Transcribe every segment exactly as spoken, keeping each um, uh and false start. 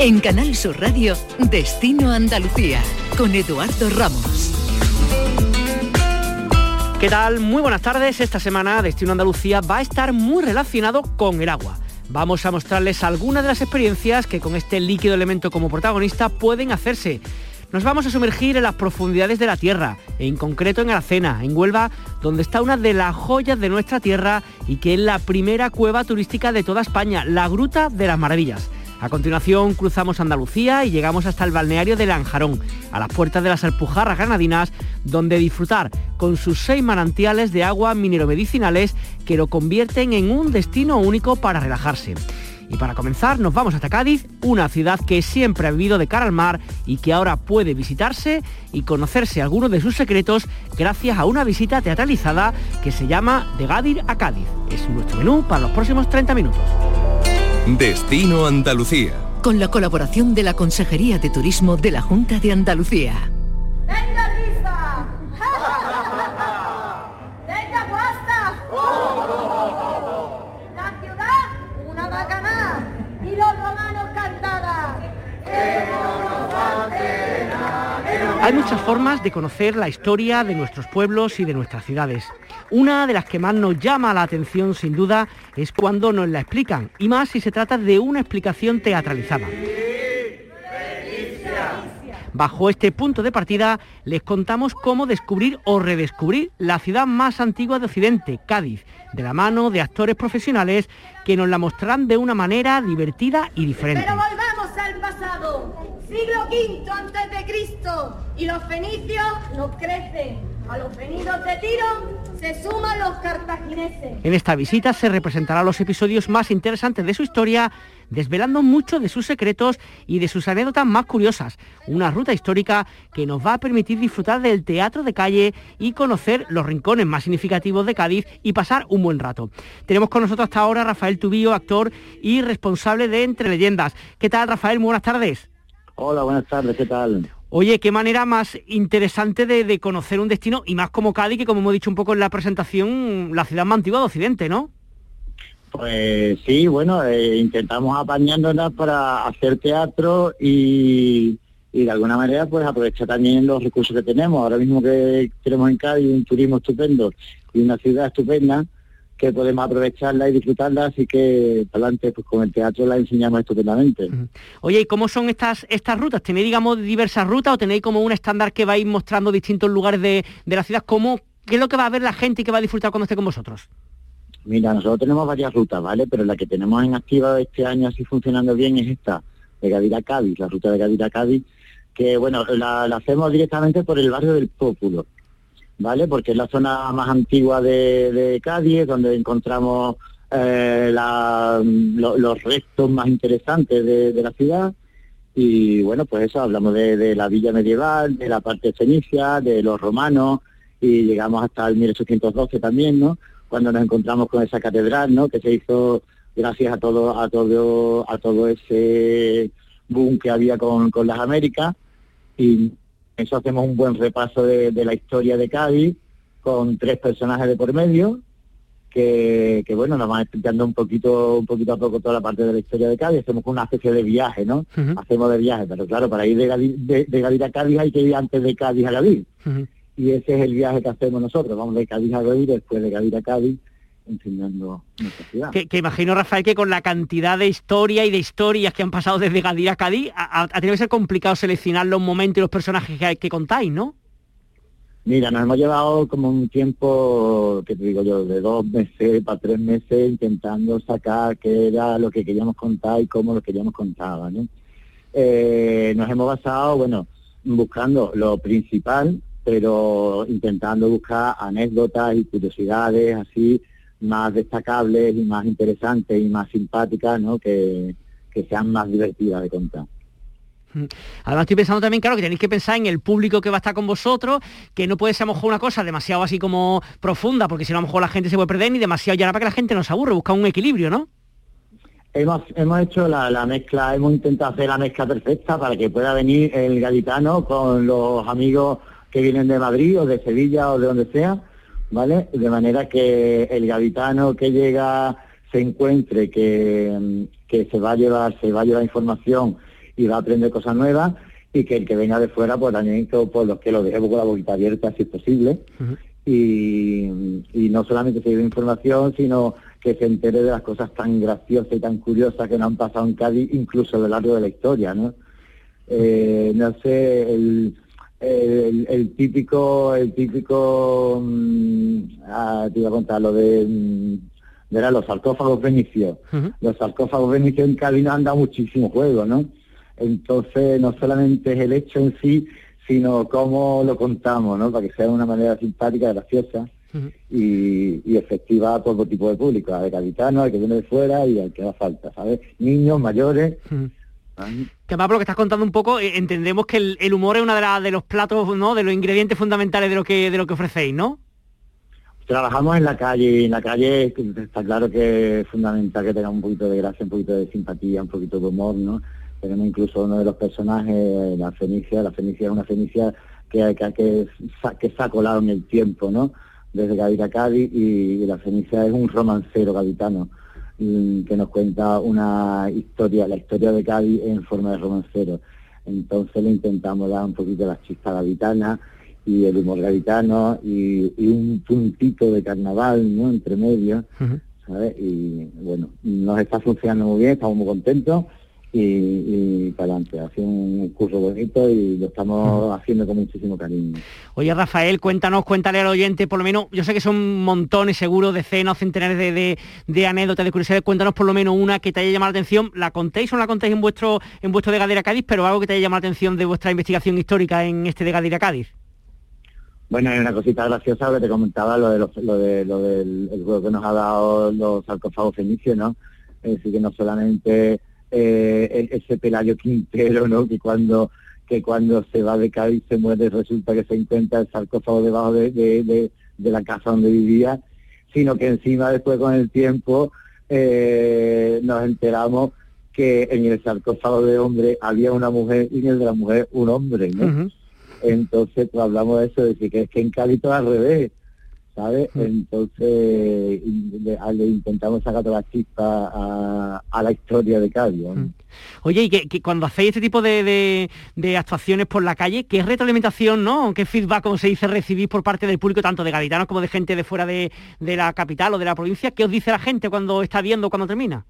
En Canal Sur Radio, Destino Andalucía, con Eduardo Ramos. ¿Qué tal? Muy buenas tardes. Esta semana Destino Andalucía va a estar muy relacionado con el agua. Vamos a mostrarles algunas de las experiencias que con este líquido elemento como protagonista pueden hacerse. Nos vamos a sumergir en las profundidades de la tierra, en concreto en Aracena, en Huelva, donde está una de las joyas de nuestra tierra y que es la primera cueva turística de toda España, la Gruta de las Maravillas. A continuación cruzamos Andalucía y llegamos hasta el balneario de Lanjarón, a las puertas de las Alpujarras granadinas, donde disfrutar con sus seis manantiales de agua mineromedicinales que lo convierten en un destino único para relajarse. Y para comenzar nos vamos hasta Cádiz, una ciudad que siempre ha vivido de cara al mar y que ahora puede visitarse y conocerse algunos de sus secretos gracias a una visita teatralizada que se llama De Gádir a Cádiz. Es nuestro menú para los próximos treinta minutos. Destino Andalucía. Con la colaboración de la Consejería de Turismo de la Junta de Andalucía. ¡Venga, risa! ¡Venga, guasta! La ciudad, una bacana. Y los romanos cantaban. Hay muchas formas de conocer la historia de nuestros pueblos y de nuestras ciudades. Una de las que más nos llama la atención, sin duda, es cuando nos la explican, y más si se trata de una explicación teatralizada. Bajo este punto de partida, les contamos cómo descubrir o redescubrir la ciudad más antigua de Occidente, Cádiz, de la mano de actores profesionales que nos la mostrarán de una manera divertida y diferente. Pero volvamos al pasado, siglo quinto antes de Cristo, y los fenicios nos crecen. A los venidos de Tiro se suman los cartagineses. En esta visita se representarán los episodios más interesantes de su historia, desvelando mucho de sus secretos y de sus anécdotas más curiosas. Una ruta histórica que nos va a permitir disfrutar del teatro de calle y conocer los rincones más significativos de Cádiz y pasar un buen rato. Tenemos con nosotros hasta ahora a Rafael Tubío, actor y responsable de Entre Leyendas. ¿Qué tal, Rafael? Muy buenas tardes. Hola, buenas tardes, ¿qué tal? Oye, qué manera más interesante de, de conocer un destino, y más como Cádiz, que como hemos dicho un poco en la presentación, la ciudad más antigua de Occidente, ¿no? Pues sí, bueno, eh, intentamos apañándonos para hacer teatro y, y de alguna manera pues aprovechar también los recursos que tenemos. Ahora mismo que tenemos en Cádiz un turismo estupendo y una ciudad estupenda, que podemos aprovecharla y disfrutarla, así que adelante, pues con el teatro la enseñamos estupendamente. Oye, ¿y cómo son estas estas rutas? ¿Tenéis, digamos, diversas rutas o tenéis como un estándar que vais mostrando distintos lugares de, de la ciudad? ¿Cómo, ¿Qué es lo que va a ver la gente y que va a disfrutar cuando esté con vosotros? Mira, nosotros tenemos varias rutas, ¿vale? Pero la que tenemos en activa este año así funcionando bien es esta, de Gádir a Cádiz, la ruta de Gádir a Cádiz, que bueno, la, la hacemos directamente por el barrio del Pópulo, ¿vale? Porque es la zona más antigua de, de Cádiz, donde encontramos eh, la, lo, los restos más interesantes de, de la ciudad. Y bueno, pues eso, hablamos de, de la villa medieval, de la parte fenicia, de los romanos, y llegamos hasta el mil ochocientos doce también, ¿no? Cuando nos encontramos con esa catedral, ¿no? Que se hizo gracias a todo, a todo, a todo ese boom que había con, con las Américas. Y eso hacemos un buen repaso de, de la historia de Cádiz, con tres personajes de por medio, que, que bueno, nos van explicando un poquito, un poquito a poco toda la parte de la historia de Cádiz. Hacemos una especie de viaje, ¿no? Uh-huh. Hacemos de viaje, pero claro, para ir de Gádir, de, de Gádir a Cádiz hay que ir antes de Cádiz a Gádir. Uh-huh. Y ese es el viaje que hacemos nosotros, vamos de Cádiz a Gádir, después de Gádir a Cádiz, enseñando nuestra ciudad. Que, que imagino, Rafael, que con la cantidad de historia y de historias que han pasado desde Gádir a Cádiz, ha, ha tenido que ser complicado seleccionar los momentos y los personajes que, que contáis, ¿no? Mira, nos hemos llevado como un tiempo, que te digo yo, de dos meses para tres meses intentando sacar qué era lo que queríamos contar y cómo lo queríamos contar, ¿no? Eh, nos hemos basado, bueno, buscando lo principal, pero intentando buscar anécdotas y curiosidades así más destacables y más interesantes y más simpáticas, ¿no? Que, que sean más divertidas de contar. Además estoy pensando también, claro, que tenéis que pensar en el público que va a estar con vosotros, que no puede ser a lo mejor una cosa demasiado así como profunda, porque si no a lo mejor la gente se puede perder, ni demasiado llana para que la gente no se aburre, buscar un equilibrio, ¿no? Hemos, hemos hecho la, la mezcla, hemos intentado hacer la mezcla perfecta para que pueda venir el gaditano con los amigos que vienen de Madrid o de Sevilla o de donde sea, ¿vale? De manera que el gaditano que llega se encuentre que, que se va a llevar, se va a llevar información y va a aprender cosas nuevas, y que el que venga de fuera, pues también que, pues, los que lo dejemos con la boquita abierta, si es posible, uh-huh. y, y no solamente se lleve información, sino que se entere de las cosas tan graciosas y tan curiosas que nos han pasado en Cádiz, incluso a lo largo de la historia, ¿no? Eh, no sé, el, el, el típico, el típico, mmm, ah, te iba a contar lo de, mmm, de los sarcófagos venecios. Uh-huh. Los sarcófagos venecios en Cádiz nos han dado muchísimo juego, ¿no? Entonces, no solamente es el hecho en sí, sino cómo lo contamos, ¿no? Para que sea de una manera simpática, graciosa, uh-huh. y, y efectiva a todo tipo de público, al gaditano, al que viene de fuera y al que haga falta, ¿sabes? Niños, mayores... Uh-huh. Que más por lo que estás contando un poco, eh, entendemos que el, el humor es uno de, la, de los platos, ¿no? De los ingredientes fundamentales de lo que de lo que ofrecéis, ¿no? Trabajamos en la calle, y en la calle está claro que es fundamental que tenga un poquito de gracia, un poquito de simpatía, un poquito de humor, ¿no? Tenemos incluso uno de los personajes, la Fenicia, la Fenicia es una Fenicia que, que, que, que se ha colado en el tiempo, ¿no? Desde Cádiz a Cádiz, y, y la Fenicia es un romancero gaditano, que nos cuenta una historia, la historia de Cádiz en forma de romancero. Entonces le intentamos dar un poquito la chispa gaditana y el humor gaditano y, y un puntito de carnaval, ¿no? Entre medio, uh-huh. ¿sabes? Y bueno, nos está funcionando muy bien, estamos muy contentos y, y para adelante. Ha sido un curso bonito y lo estamos uh-huh. haciendo con muchísimo cariño. Oye, Rafael, cuéntanos, cuéntale al oyente, por lo menos, yo sé que son montones, seguro, decenas, centenares de, de, de anécdotas, de curiosidades, cuéntanos por lo menos una que te haya llamado la atención. ¿La contéis o no la contéis en vuestro en vuestro de Gadira Cádiz, pero algo que te haya llamado la atención de vuestra investigación histórica en este de Gadira Cádiz? Bueno, hay una cosita graciosa que te comentaba, lo de los, lo de lo del el juego que nos ha dado los sarcófagos fenicios, ¿no? Es decir, que no solamente eh, ese Pelayo Quintero, ¿no? Que cuando que cuando se va de Cádiz se muere, resulta que se encuentra el sarcófago debajo de, de, de, de la casa donde vivía, sino que encima después con el tiempo eh, nos enteramos que en el sarcófago de hombre había una mujer y en el de la mujer un hombre, ¿no? Uh-huh. Entonces, pues hablamos de eso, de decir que es que en Cádiz todo al revés, ¿sabes? Uh-huh. Entonces, le, le intentamos sacar toda la chispa a, a la historia de Cádiz, ¿no? Uh-huh. Oye, y que, que cuando hacéis este tipo de, de, de actuaciones por la calle, ¿qué retroalimentación, no? ¿Qué feedback, como se dice, recibís por parte del público, tanto de gaditanos como de gente de fuera de, de la capital o de la provincia? ¿Qué os dice la gente cuando está viendo, cuando termina?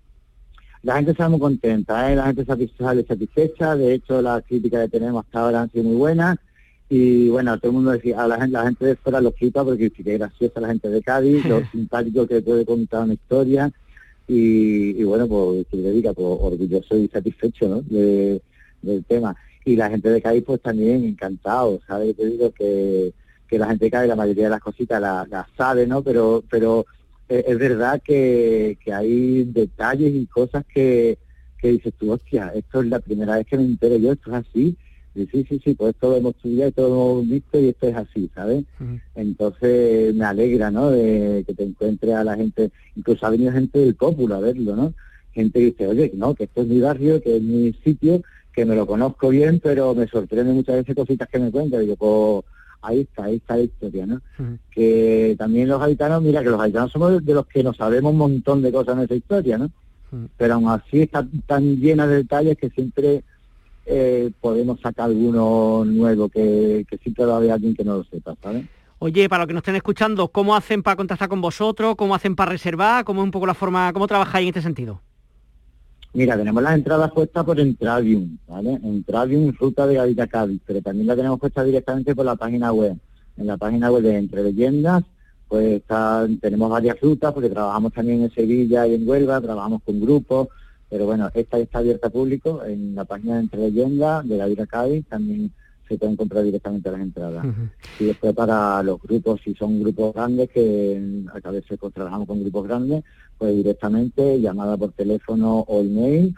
La gente está muy contenta, ¿eh? La gente sale satisfecha, de hecho las críticas que tenemos hasta ahora han sido muy buenas, y bueno, todo el mundo decía, a la gente, la gente de fuera lo flipa porque sí que es graciosa la gente de Cádiz, lo simpático que puede contar una historia, y, y bueno, pues que le diga, pues orgulloso y satisfecho, ¿no? De, del tema. Y la gente de Cádiz pues también encantado, ¿sabes? Te digo que, que la gente de Cádiz la mayoría de las cositas las la sabe, ¿no? Pero pero es verdad que, que hay detalles y cosas que, que dices tú, hostia, esto es la primera vez que me entero yo, esto es así. Y sí, sí, sí, pues esto lo hemos estudiado, esto lo hemos visto y esto es así, ¿sabes? Uh-huh. Entonces me alegra, ¿no?, de que te encuentres a la gente, incluso ha venido gente del Cópulo a verlo, ¿no? Gente que dice, oye, no, que esto es mi barrio, que es mi sitio, que me lo conozco bien, pero me sorprende muchas veces cositas que me cuentan. Digo, pues ahí está, ahí está la historia, ¿no? Uh-huh. Que también los gaditanos, mira, que los gaditanos somos de los que no sabemos un montón de cosas en esa historia, ¿no? Uh-huh. Pero aún así está tan llena de detalles que siempre eh, podemos sacar alguno nuevo, que, que siempre va a haber alguien que no lo sepa, ¿sabes? Oye, para los que nos estén escuchando, ¿cómo hacen para contactar con vosotros? ¿Cómo hacen para reservar? ¿Cómo es un poco la forma, cómo trabajáis en este sentido? Mira, tenemos las entradas puestas por Entradium, ¿vale? Entradium, ruta de Gadira Cádiz, pero también la tenemos puesta directamente por la página web. En la página web de Entre Leyendas, pues está, tenemos varias rutas, porque trabajamos también en Sevilla y en Huelva, trabajamos con grupos, pero bueno, esta está abierta a público. En la página de Entre Leyendas de Gadira Cádiz también se pueden comprar directamente las entradas. Uh-huh. Y después para los grupos, si son grupos grandes, que a veces pues, trabajamos con grupos grandes, pues directamente llamada por teléfono o email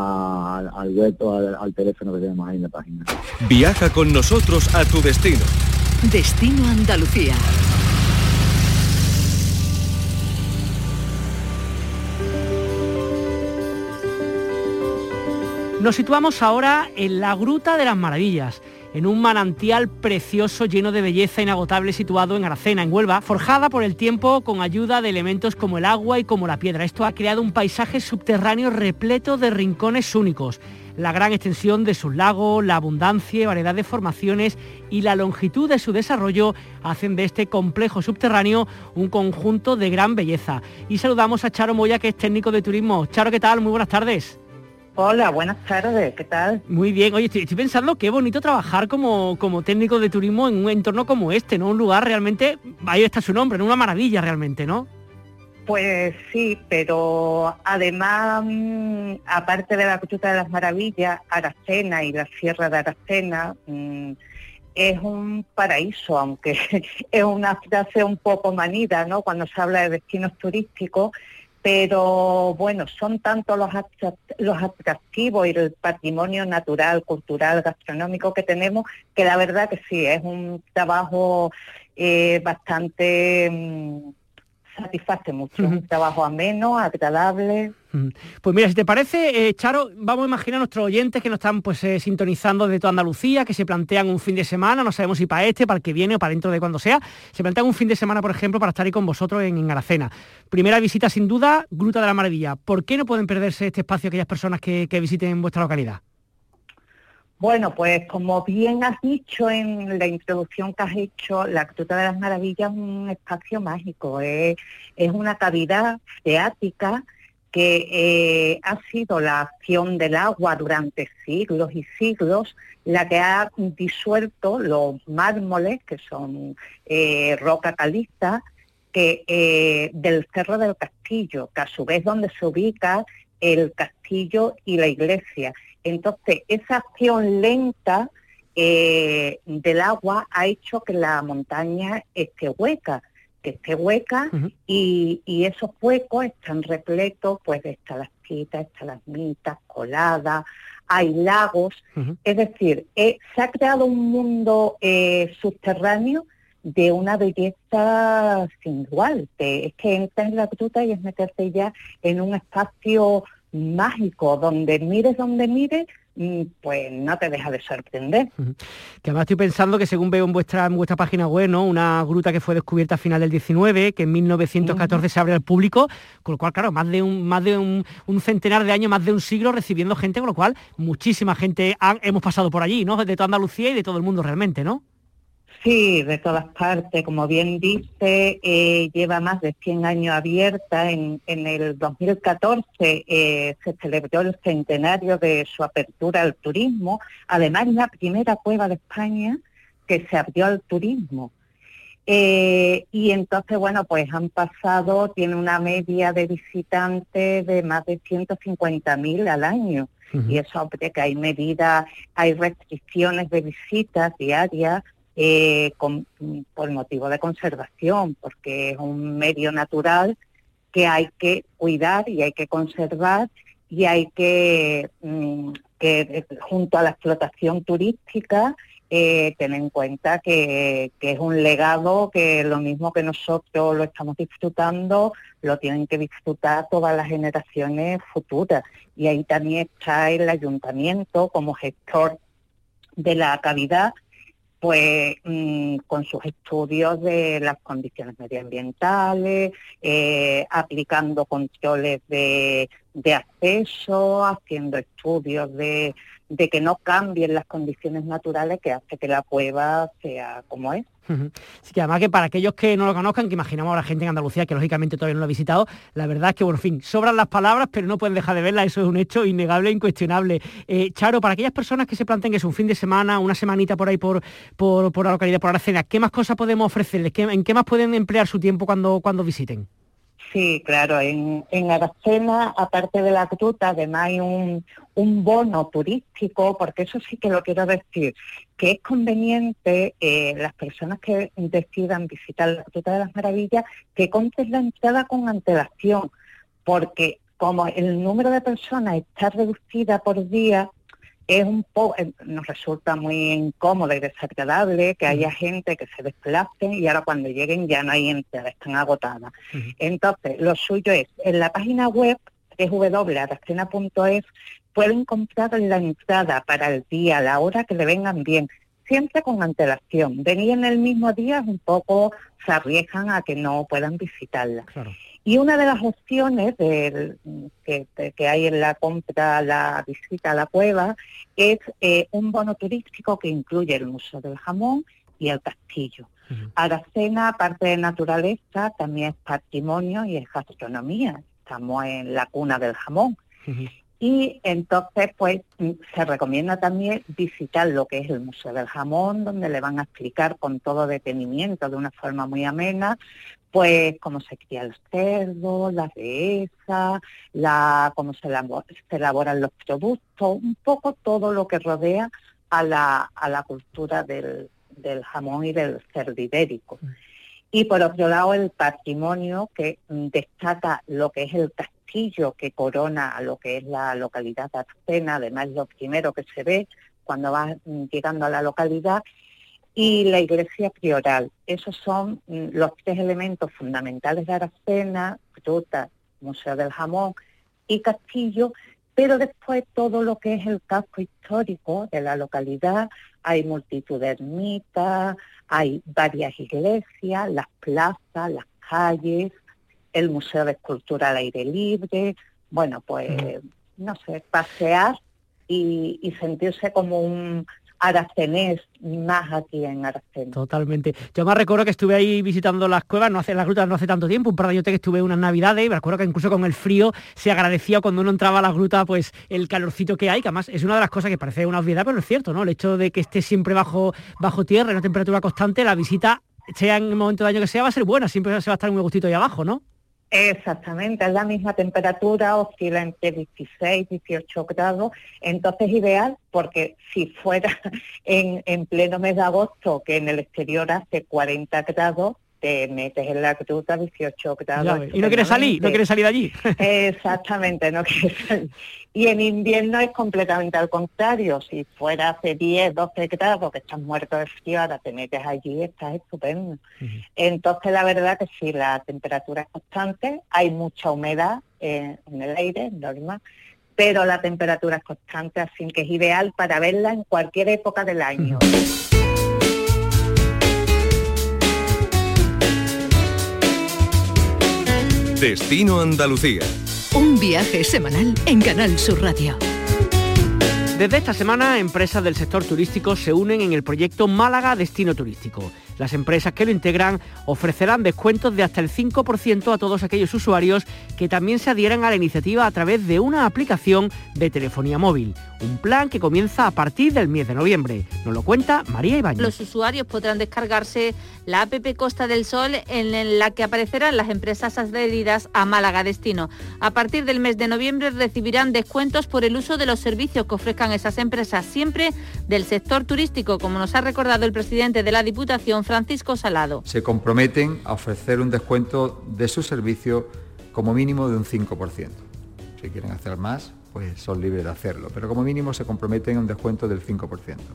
a, al web o al, al teléfono que tenemos ahí en la página. Viaja con nosotros a tu destino. Destino Andalucía. Nos situamos ahora en la Gruta de las Maravillas, en un manantial precioso lleno de belleza inagotable situado en Aracena, en Huelva, forjada por el tiempo con ayuda de elementos como el agua y como la piedra. Esto ha creado un paisaje subterráneo repleto de rincones únicos. La gran extensión de sus lagos, la abundancia y variedad de formaciones y la longitud de su desarrollo hacen de este complejo subterráneo un conjunto de gran belleza. Y saludamos a Charo Moya, que es técnico de turismo. Charo, ¿qué tal? Muy buenas tardes. Hola, buenas tardes, ¿qué tal? Muy bien, oye, estoy, estoy pensando qué bonito trabajar como, como técnico de turismo en un entorno como este, ¿no? Un lugar realmente, ahí está su nombre, ¿no? Una maravilla realmente, ¿no? Pues sí, pero además, mmm, aparte de la Gruta de las Maravillas, Aracena y la Sierra de Aracena mmm, es un paraíso, aunque es una frase un poco manida, ¿no?, cuando se habla de destinos turísticos, pero bueno, son tantos los, atract- los atractivos y el patrimonio natural, cultural, gastronómico que tenemos, que la verdad que sí, es un trabajo eh, bastante... Mmm, satisface mucho, uh-huh. Un trabajo ameno, agradable. Uh-huh. Pues mira, si te parece, eh, Charo, vamos a imaginar a nuestros oyentes que nos están pues eh, sintonizando de toda Andalucía, que se plantean un fin de semana, no sabemos si para este, para el que viene o para dentro de cuando sea, se plantean un fin de semana, por ejemplo, para estar ahí con vosotros en, en Aracena. Primera visita, sin duda, Gruta de la Maravilla. ¿Por qué no pueden perderse este espacio aquellas personas que, que visiten vuestra localidad? Bueno, pues como bien has dicho en la introducción que has hecho, la Gruta de las Maravillas es un espacio mágico, es, es una cavidad freática que eh, ha sido la acción del agua durante siglos y siglos la que ha disuelto los mármoles, que son eh, roca caliza, que eh, del Cerro del Castillo, que a su vez donde se ubica el castillo y la iglesia. Entonces, esa acción lenta eh, del agua ha hecho que la montaña esté hueca, que esté hueca, uh-huh. y, y esos huecos están repletos pues de estalactitas, estalagmitas, coladas, hay lagos, uh-huh. Es decir, eh, se ha creado un mundo eh, subterráneo de una belleza sin igual. Te, es que entras en la gruta y es meterte ya en un espacio mágico, donde mires donde mires, pues no te deja de sorprender. Uh-huh. Que además estoy pensando que, según veo en vuestra, en vuestra página web, ¿no?, una gruta que fue descubierta a final del diecinueve, que en mil novecientos catorce uh-huh. se abre al público, con lo cual, claro, más de un más de un, un centenar de años, más de un siglo recibiendo gente, con lo cual muchísima gente han, hemos pasado por allí, ¿no?, de toda Andalucía y de todo el mundo realmente, ¿no? Sí, de todas partes. Como bien dice, eh, lleva más de cien años abierta. En, en el dos mil catorce eh, se celebró el centenario de su apertura al turismo. Además, es la primera cueva de España que se abrió al turismo. Eh, y entonces, bueno, pues han pasado, tiene una media de visitantes de más de ciento cincuenta mil al año. Uh-huh. Y eso, hombre, que hay medidas, hay restricciones de visitas diarias, Eh, con, por motivo de conservación, porque es un medio natural que hay que cuidar y hay que conservar, y hay que, mm, que junto a la explotación turística, eh, tener en cuenta que, que es un legado que lo mismo que nosotros lo estamos disfrutando, lo tienen que disfrutar todas las generaciones futuras. Y ahí también está el ayuntamiento como gestor de la cavidad, pues mmm, con sus estudios de las condiciones medioambientales, eh, aplicando controles de, de acceso, haciendo estudios de, de que no cambien las condiciones naturales, que hace que la cueva sea como es. Uh-huh. Sí, que además, que para aquellos que no lo conozcan, que imaginamos a la gente en Andalucía que lógicamente todavía no lo ha visitado, la verdad es que, bueno, en fin, sobran las palabras, pero no pueden dejar de verla, eso es un hecho innegable e incuestionable. Eh, Charo, para aquellas personas que se planteen que es un fin de semana, una semanita por ahí por, por, por la localidad, por Aracena, ¿qué más cosas podemos ofrecerles? ¿Qué, ¿En qué más pueden emplear su tiempo cuando, cuando visiten? Sí, claro, en, en Aracena, aparte de la gruta, además hay un, un bono turístico, porque eso sí que lo quiero decir, que es conveniente eh, las personas que decidan visitar la Gruta de las Maravillas, que compren la entrada con antelación, porque como el número de personas está reducida por día, es un poco, nos resulta muy incómodo y desagradable que haya gente que se desplace y ahora cuando lleguen ya no hay entradas, están agotadas. Uh-huh. Entonces, lo suyo es, en la página web doble u doble u doble punto aracena punto es pueden comprar la entrada para el día, la hora que le vengan bien, siempre con antelación. Venir en el mismo día un poco se arriesgan a que no puedan visitarla. Claro. Y una de las opciones del, que, que hay en la compra, la visita a la cueva, es eh, un bono turístico que incluye el Museo del Jamón y el castillo. Uh-huh. Aracena, aparte de naturaleza, también es patrimonio y es gastronomía. Estamos en la cuna del jamón. Uh-huh. Y entonces, pues, se recomienda también visitar lo que es el Museo del Jamón, donde le van a explicar con todo detenimiento, de una forma muy amena, pues cómo se cría el cerdo, la dehesa, la, cómo se, elabor, se elaboran los productos, un poco todo lo que rodea a la, a la cultura del, del jamón y del cerdo ibérico. Y por otro lado, el patrimonio que destaca lo que es el castillo que corona a lo que es la localidad de Aracena, además lo primero que se ve cuando vas llegando a la localidad, y la iglesia prioral. Esos son los tres elementos fundamentales de Aracena: gruta, Museo del Jamón y castillo, pero después todo lo que es el casco histórico de la localidad. Hay multitud de ermitas, hay varias iglesias, las plazas, las calles, el Museo de Escultura al aire libre. Bueno, pues, no sé, pasear y, y sentirse como un aracenés más aquí en Aracena. Totalmente. Yo me recuerdo que estuve ahí visitando las cuevas, no hace las grutas no hace tanto tiempo, un par de años que estuve unas navidades, y me acuerdo que incluso con el frío se agradecía cuando uno entraba a las grutas, pues el calorcito que hay, que además es una de las cosas que parece una obviedad, pero es cierto, ¿no? El hecho de que esté siempre bajo, bajo tierra, en una temperatura constante, la visita, sea en el momento de año que sea, va a ser buena, siempre se va a estar muy gustito ahí abajo, ¿no? Exactamente, es la misma temperatura, oscila entre dieciséis y dieciocho grados, entonces ideal, porque si fuera en, en pleno mes de agosto, que en el exterior hace cuarenta grados, te metes en la gruta dieciocho grados. Y no quieres salir, no quieres salir de allí. Exactamente, no quieres salir. Y en invierno es completamente al contrario, si fuera hace diez, doce grados, que estás muerto de frío, ahora te metes allí, estás estupendo. Uh-huh. Entonces la verdad que sí, la temperatura es constante, hay mucha humedad eh, en el aire, normal, pero la temperatura es constante, así que es ideal para verla en cualquier época del año. Uh-huh. Destino Andalucía. Un viaje semanal en Canal Sur Radio. Desde esta semana, empresas del sector turístico se unen en el proyecto Málaga Destino Turístico. Las empresas que lo integran ofrecerán descuentos de hasta el cinco por ciento a todos aquellos usuarios que también se adhieran a la iniciativa a través de una aplicación de telefonía móvil. Un plan que comienza a partir del mes de noviembre. Nos lo cuenta María Ibáñez. Los usuarios podrán descargarse la app Costa del Sol, en la que aparecerán las empresas adheridas a Málaga Destino. A partir del mes de noviembre recibirán descuentos por el uso de los servicios que ofrezcan esas empresas, siempre del sector turístico, como nos ha recordado el presidente de la Diputación, Francisco Salado. Se comprometen a ofrecer un descuento de su servicio como mínimo de un cinco por ciento. Si quieren hacer más, pues son libres de hacerlo, pero como mínimo se comprometen a un descuento del cinco por ciento.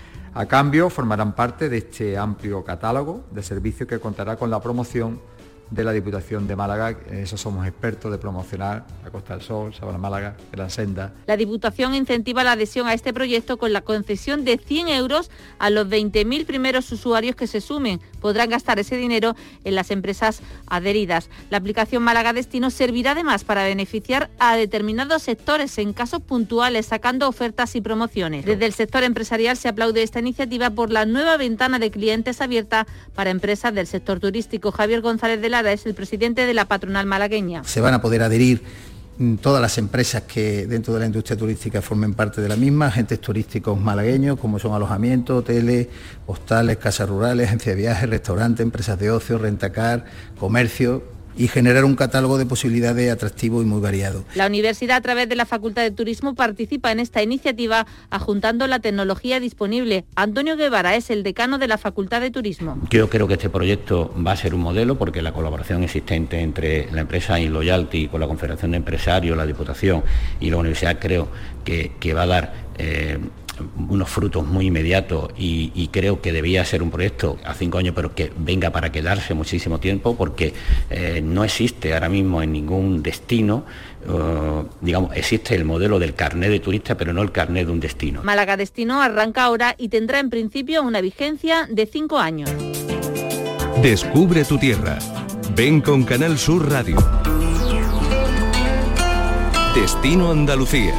A cambio, formarán parte de este amplio catálogo de servicios que contará con la promoción de la Diputación de Málaga. En eso somos expertos de promocionar la Costa del Sol, Sabana Málaga, Gran Senda. La Diputación incentiva la adhesión a este proyecto con la concesión de cien euros a los veinte mil primeros usuarios que se sumen. Podrán gastar ese dinero en las empresas adheridas. La aplicación Málaga Destino servirá además para beneficiar a determinados sectores en casos puntuales, sacando ofertas y promociones. Desde el sector empresarial se aplaude esta iniciativa por la nueva ventana de clientes abierta para empresas del sector turístico. Javier González de la es el presidente de la patronal malagueña. Se van a poder adherir todas las empresas que dentro de la industria turística formen parte de la misma, agentes turísticos malagueños como son alojamientos, hoteles, hostales, casas rurales, agencias de viajes, restaurantes, empresas de ocio, rentacar, comercio, y generar un catálogo de posibilidades atractivo y muy variado. La universidad, a través de la Facultad de Turismo, participa en esta iniciativa adjuntando la tecnología disponible. Antonio Guevara es el decano de la Facultad de Turismo. Yo creo que este proyecto va a ser un modelo porque la colaboración existente entre la empresa InLoyalty con la Confederación de Empresarios, la Diputación y la universidad creo que, que va a dar eh, unos frutos muy inmediatos y, y creo que debía ser un proyecto a cinco años, pero que venga para quedarse muchísimo tiempo, porque eh, no existe ahora mismo en ningún destino, uh, digamos, existe el modelo del carnet de turista, pero no el carnet de un destino. Málaga Destino arranca ahora y tendrá en principio una vigencia de cinco años. Descubre tu tierra. Ven con Canal Sur Radio. Destino Andalucía.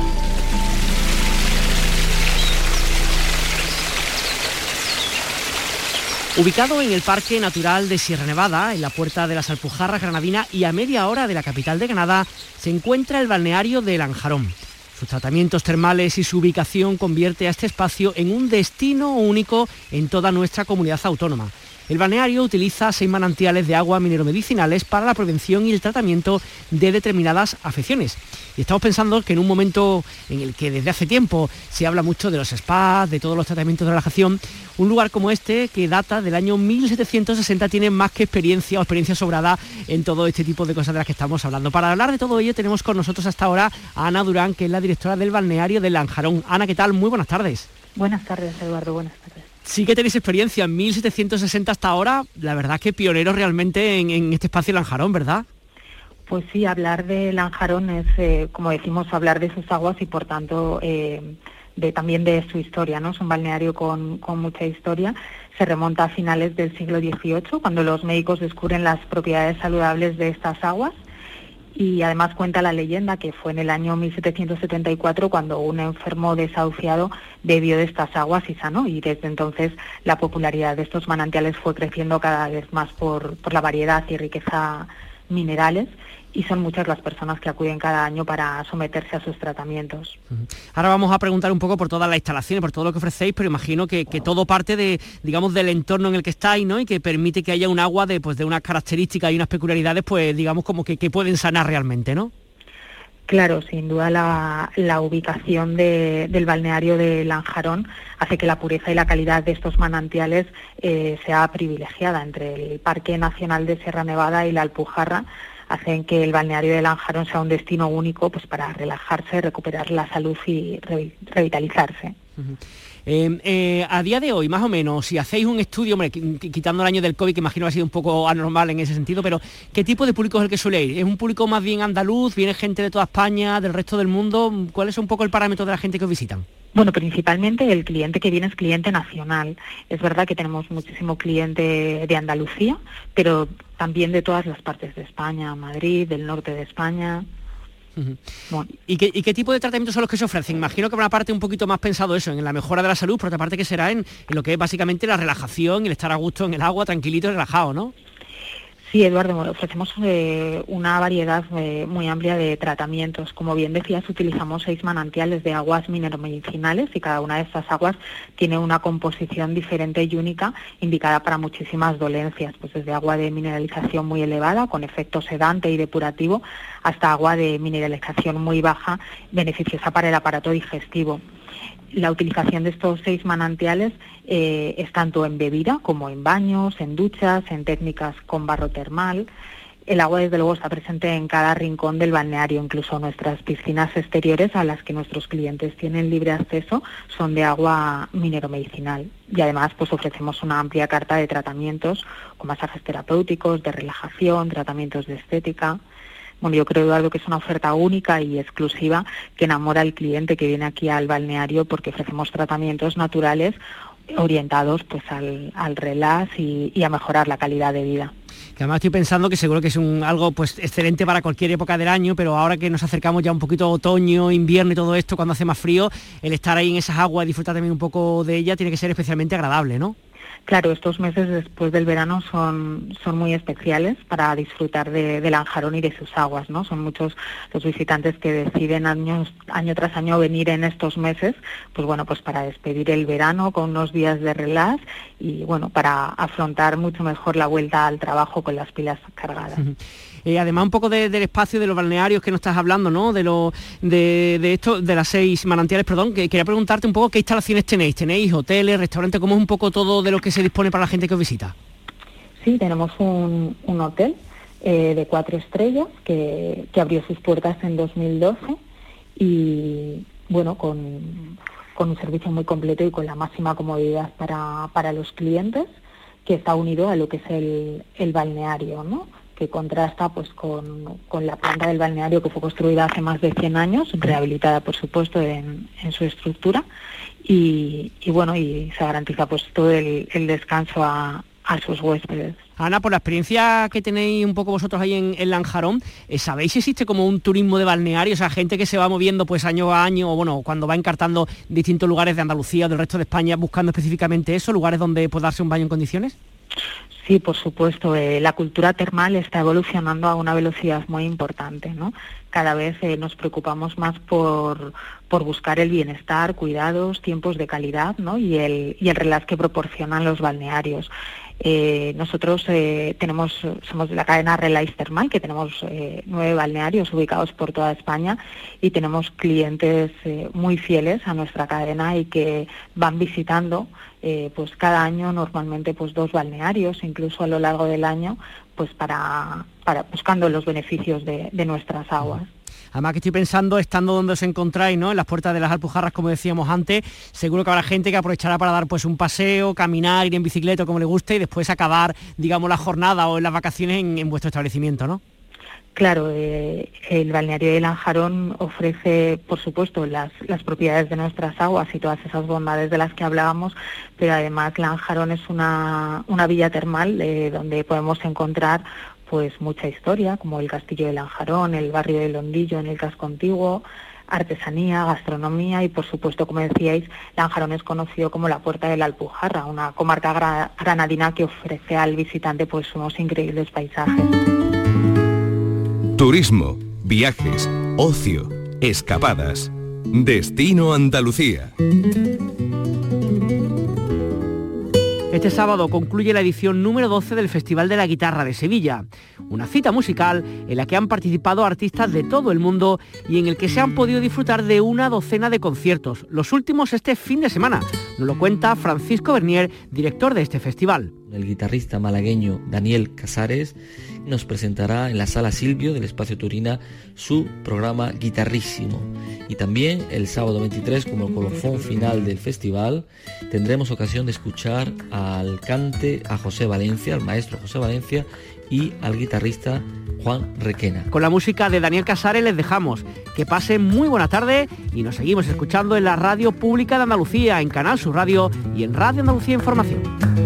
Ubicado en el Parque Natural de Sierra Nevada, en la Puerta de las Alpujarras Granadina y a media hora de la capital de Granada, se encuentra el balneario de Lanjarón. Sus tratamientos termales y su ubicación convierte a este espacio en un destino único en toda nuestra comunidad autónoma. El balneario utiliza seis manantiales de agua mineromedicinales para la prevención y el tratamiento de determinadas afecciones. Y estamos pensando que en un momento en el que desde hace tiempo se habla mucho de los spas, de todos los tratamientos de relajación, un lugar como este, que data del año mil setecientos sesenta, tiene más que experiencia o experiencia sobrada en todo este tipo de cosas de las que estamos hablando. Para hablar de todo ello tenemos con nosotros hasta ahora a Ana Durán, que es la directora del balneario de Lanjarón. Ana, ¿qué tal? Muy buenas tardes. Buenas tardes, Eduardo, buenas tardes. Sí que tenéis experiencia en mil setecientos sesenta hasta ahora, la verdad es que pioneros realmente en, en este espacio Lanjarón, ¿verdad? Pues sí, hablar de Lanjarón es, eh, como decimos, hablar de sus aguas y por tanto eh, de, también de su historia, ¿no? Es un balneario con, con mucha historia, se remonta a finales del siglo dieciocho, cuando los médicos descubren las propiedades saludables de estas aguas. Y además cuenta la leyenda que fue en el año mil setecientos setenta y cuatro cuando un enfermo desahuciado bebió de estas aguas y sanó, y desde entonces la popularidad de estos manantiales fue creciendo cada vez más por, por la variedad y riqueza minerales, y son muchas las personas que acuden cada año para someterse a sus tratamientos. Ahora vamos a preguntar un poco por todas las instalaciones, por todo lo que ofrecéis, pero imagino que, que todo parte de, digamos, del entorno en el que estáis, ¿no? Y que permite que haya un agua de, pues, de unas características y unas peculiaridades, pues digamos como que, que pueden sanar realmente, ¿no? Claro, sin duda la, la ubicación de, del balneario de Lanjarón hace que la pureza y la calidad de estos manantiales eh, sea privilegiada. Entre el Parque Nacional de Sierra Nevada y la Alpujarra hacen que el balneario de Lanjarón sea un destino único, pues, para relajarse, recuperar la salud y re, revitalizarse. Uh-huh. Eh, eh, a día de hoy, más o menos, si hacéis un estudio, hombre, quitando el año del COVID, que imagino ha sido un poco anormal en ese sentido, pero ¿qué tipo de público es el que suele ir? ¿Es un público más bien andaluz? ¿Viene gente de toda España, del resto del mundo? ¿Cuál es un poco el parámetro de la gente que os visitan? Bueno, principalmente el cliente que viene es cliente nacional. Es verdad que tenemos muchísimo cliente de Andalucía, pero también de todas las partes de España, Madrid, del norte de España. Uh-huh. Bueno. ¿Y, qué, ¿Y qué tipo de tratamientos son los que se ofrecen? Imagino que por una parte un poquito más pensado eso, en la mejora de la salud, por otra parte que será en, en lo que es básicamente la relajación y el estar a gusto en el agua, tranquilito y relajado, ¿no? Sí, Eduardo, ofrecemos eh, una variedad eh, muy amplia de tratamientos. Como bien decías, utilizamos seis manantiales de aguas mineromedicinales y cada una de estas aguas tiene una composición diferente y única, indicada para muchísimas dolencias, pues desde agua de mineralización muy elevada, con efecto sedante y depurativo, hasta agua de mineralización muy baja, beneficiosa para el aparato digestivo. La utilización de estos seis manantiales eh, es tanto en bebida como en baños, en duchas, en técnicas con barro termal. El agua, desde luego, está presente en cada rincón del balneario, incluso nuestras piscinas exteriores, a las que nuestros clientes tienen libre acceso, son de agua mineromedicinal. Y además, pues ofrecemos una amplia carta de tratamientos con masajes terapéuticos, de relajación, tratamientos de estética. Bueno, yo creo, Eduardo, que es una oferta única y exclusiva que enamora al cliente que viene aquí al balneario, porque ofrecemos tratamientos naturales orientados, pues, al, al relax y, y a mejorar la calidad de vida. Que además estoy pensando que seguro que es un, algo, pues, excelente para cualquier época del año, pero ahora que nos acercamos ya un poquito a otoño, invierno y todo esto, cuando hace más frío, el estar ahí en esas aguas y disfrutar también un poco de ella tiene que ser especialmente agradable, ¿no? Claro, estos meses después del verano son, son muy especiales para disfrutar de, de Lanjarón y de sus aguas, ¿no? Son muchos los visitantes que deciden años, año tras año venir en estos meses, pues bueno, pues para despedir el verano con unos días de relax y bueno, para afrontar mucho mejor la vuelta al trabajo con las pilas cargadas. Uh-huh. Eh, además un poco de, del espacio de los balnearios que nos estás hablando, ¿no? De lo, de, de esto, de las seis manantiales, perdón, que quería preguntarte un poco qué instalaciones tenéis. ¿Tenéis hoteles, restaurantes? ¿Cómo es un poco todo de lo que se dispone para la gente que os visita? Sí, tenemos un, un hotel eh, de cuatro estrellas que, que abrió sus puertas en dos mil doce y bueno, con, con un servicio muy completo y con la máxima comodidad para, para los clientes, que está unido a lo que es el, el balneario, ¿no? Que contrasta, pues, con, con la planta del balneario que fue construida hace más de cien años, rehabilitada por supuesto en, en su estructura y, y bueno, y se garantiza, pues, todo el, el descanso a, a sus huéspedes. Ana, por la experiencia que tenéis un poco vosotros ahí en, en Lanjarón, ¿sabéis si existe como un turismo de balneario? O sea, gente que se va moviendo pues año a año, o bueno, cuando va encartando distintos lugares de Andalucía o del resto de España, buscando específicamente eso, lugares donde pueda darse un baño en condiciones. Sí, por supuesto. Eh, la cultura termal está evolucionando a una velocidad muy importante, ¿no? Cada vez eh, nos preocupamos más por, por buscar el bienestar, cuidados, tiempos de calidad, ¿no? Y el, y el relax que proporcionan los balnearios. Eh, nosotros eh, tenemos, somos de la cadena Relax Termal, que tenemos eh, nueve balnearios ubicados por toda España y tenemos clientes eh, muy fieles a nuestra cadena y que van visitando eh, pues cada año normalmente pues dos balnearios, incluso a lo largo del año, pues para, para buscando los beneficios de, de nuestras aguas. Además que estoy pensando, estando donde os encontráis, ¿no? En las puertas de las Alpujarras, como decíamos antes, seguro que habrá gente que aprovechará para dar pues un paseo, caminar, ir en bicicleta, como le guste, y después acabar, digamos, la jornada o en las vacaciones en, en vuestro establecimiento, ¿no? Claro, eh, el balneario de Lanjarón ofrece, por supuesto, las, las propiedades de nuestras aguas y todas esas bondades de las que hablábamos, pero además Lanjarón es una, una villa termal eh, donde podemos encontrar pues mucha historia, como el castillo de Lanjarón, el barrio de Londillo en el casco antiguo, artesanía, gastronomía y, por supuesto, como decíais, Lanjarón es conocido como la Puerta de la Alpujarra, una comarca gra- granadina que ofrece al visitante pues unos increíbles paisajes. Turismo, viajes, ocio, escapadas. Destino Andalucía. Este sábado concluye la edición número doce del Festival de la Guitarra de Sevilla, una cita musical en la que han participado artistas de todo el mundo y en el que se han podido disfrutar de una docena de conciertos, los últimos este fin de semana. Nos lo cuenta Francisco Bernier, director de este festival. El guitarrista malagueño Daniel Casares nos presentará en la Sala Silvio del Espacio Turina su programa Guitarrísimo. Y también el sábado veintitrés, como el colofón final del festival, tendremos ocasión de escuchar al cante a José Valencia, al maestro José Valencia, y al guitarrista Juan Requena. Con la música de Daniel Casares les dejamos. Que pasen muy buena tarde y nos seguimos escuchando en la Radio Pública de Andalucía, en Canal Sur Radio y en Radio Andalucía Información.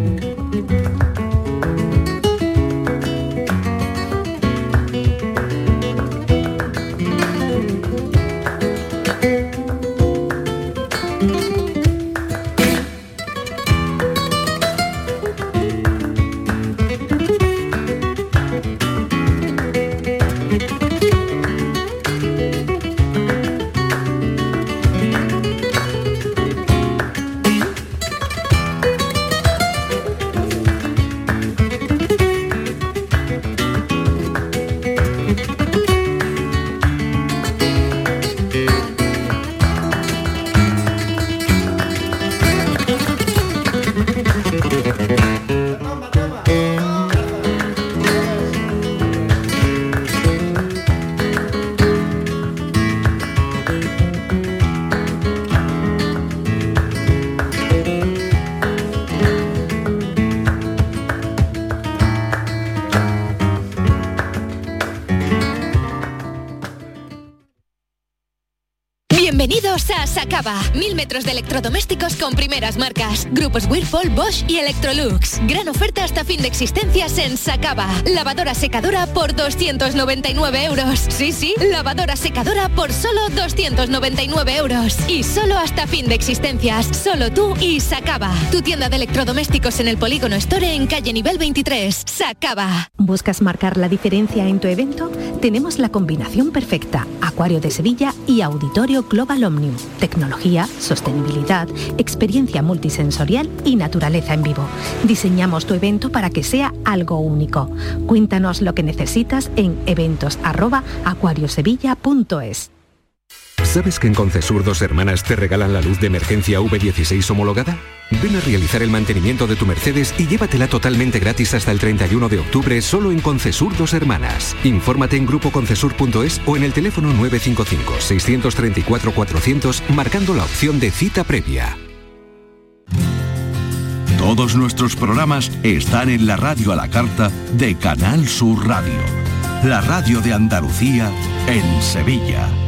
Bienvenidos a Sacaba. Mil metros de electrodomésticos con primeras marcas. Grupos Whirlpool, Bosch y Electrolux. Gran oferta hasta fin de existencias en Sacaba. Lavadora secadora por doscientos noventa y nueve euros. Sí, sí, lavadora secadora por solo doscientos noventa y nueve euros. Y solo hasta fin de existencias. Solo tú y Sacaba. Tu tienda de electrodomésticos en el Polígono Store en calle nivel veintitrés. Sacaba. ¿Buscas marcar la diferencia en tu evento? Tenemos la combinación perfecta. Acuario de Sevilla y Auditorio Global Omnium. Tecnología, sostenibilidad, experiencia multisensorial y naturaleza en vivo. Diseñamos tu evento para que sea algo único. Cuéntanos lo que necesitas en eventos arroba acuariosevilla punto es. ¿Sabes que en Concesur Dos Hermanas te regalan la luz de emergencia V dieciséis homologada? Ven a realizar el mantenimiento de tu Mercedes y llévatela totalmente gratis hasta el treinta y uno de octubre solo en Concesur Dos Hermanas. Infórmate en grupo concesur punto es o en el teléfono nueve cinco cinco, seis tres cuatro, cuatrocientos marcando la opción de cita previa. Todos nuestros programas están en la radio a la carta de Canal Sur Radio, la radio de Andalucía en Sevilla.